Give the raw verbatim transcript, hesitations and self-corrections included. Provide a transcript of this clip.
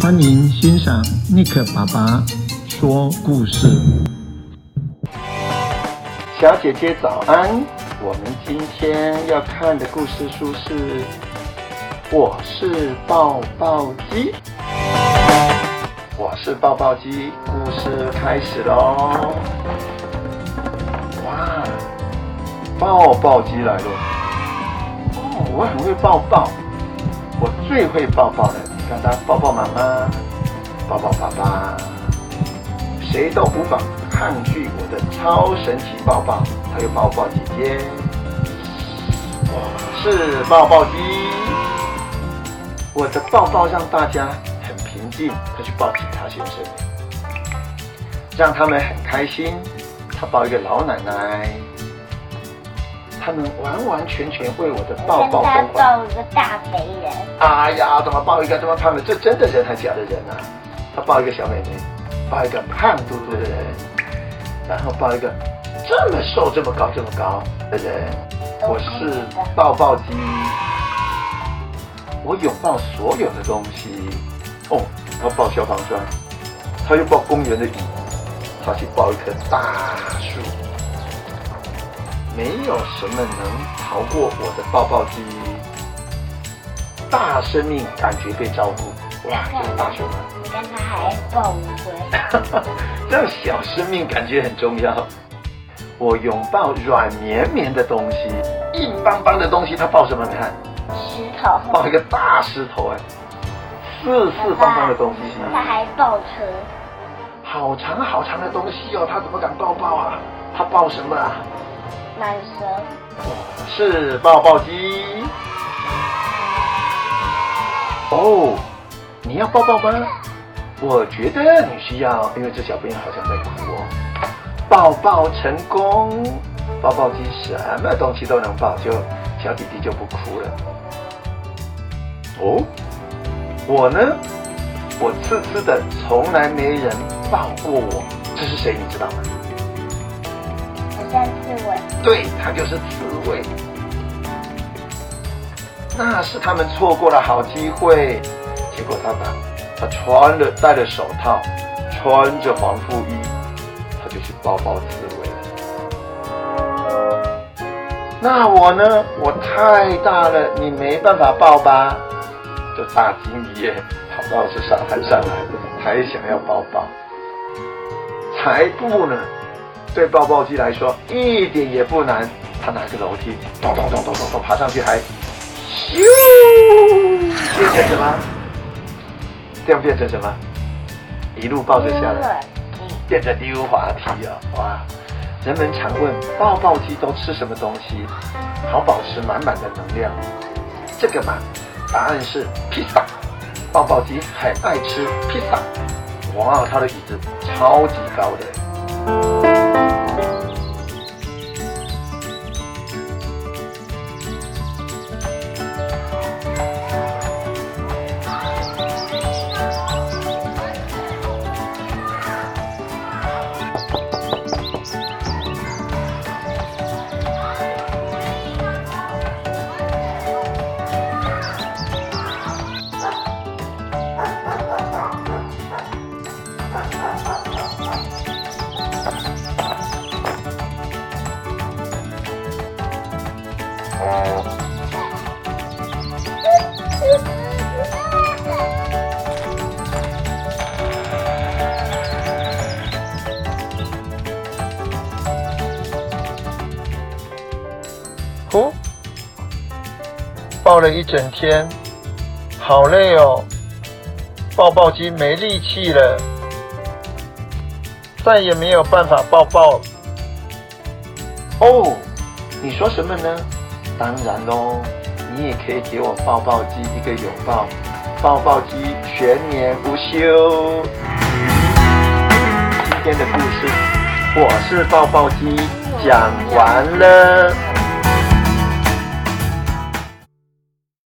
欢迎欣赏尼克爸爸说故事。小姐姐早安，我们今天要看的故事书是《我是抱抱鸡》。我是抱抱鸡，故事开始咯。哇，抱抱鸡来了！哦，我很会抱抱，我最会抱抱了。你看他抱抱妈妈，抱抱爸爸，谁都无法抗拒我的超神奇抱抱。还有抱抱姐姐，我是抱抱鸡。我的抱抱让大家很平静，他去抱其他先生，让他们很开心。他抱一个老奶奶，他们完完全全为我的抱抱疯狂。 他抱一个大肥人。 哎呀，怎么抱一个这么胖的？这真的人还假的人啊？他抱一个小妹妹，抱一个胖嘟嘟的人，然后抱一个这么瘦、这么高、这么高的人。我是抱抱鸡，我拥抱所有的东西。哦，他抱消防栓，他又抱公园的椅，他去抱一棵大树。没有什么能逃过我的抱抱鸡。大生命感觉被照顾，哇，这是大熊啊！ 你看他还抱乌龟， 这样小生命感觉很重要。我拥抱软绵绵的东西，硬邦邦的东西，他抱什么？你看， 石头， 抱一个大石头哎，四四方方的东西。 他还抱车， 好长好长的东西哦，他怎么敢抱抱啊？他抱什么啊？ 蟒蛇。 我是抱抱鸡。哦，你要抱抱吗？我觉得你需要，因为这小朋友好像在哭哦。抱抱成功，抱抱鸡什么东西都能抱，就小弟弟就不哭了。哦，我呢？我刺刺的，从来没人抱过我。这是谁？你知道吗？ 好像刺猬。 对，他就是刺猬。那是他们错过了好机会。结果他把他穿了戴了手套，穿着防护衣，他就去抱抱刺猬了。那我呢？我太大了，你没办法抱吧？就大金鱼耶跑到这沙滩上来，还想要抱抱。才不呢！对抱抱鸡来说一点也不难。他拿个楼梯，咚咚咚咚咚咚爬上去，还咻，变成什么？这样变成什么？一路抱着下来，变成溜滑梯啊！哇！人们常问抱抱鸡都吃什么东西，好保持满满的能量。这个嘛，答案是披萨。抱抱鸡很爱吃披萨。哇，它的椅子超级高的。哦，抱了一整天，好累哦。抱抱鸡没力气了，再也没有办法抱抱。哦，你说什么呢？当然喽，你也可以给我抱抱鸡一个拥抱，抱抱鸡全年无休。今天的故事，我是抱抱鸡，讲完了。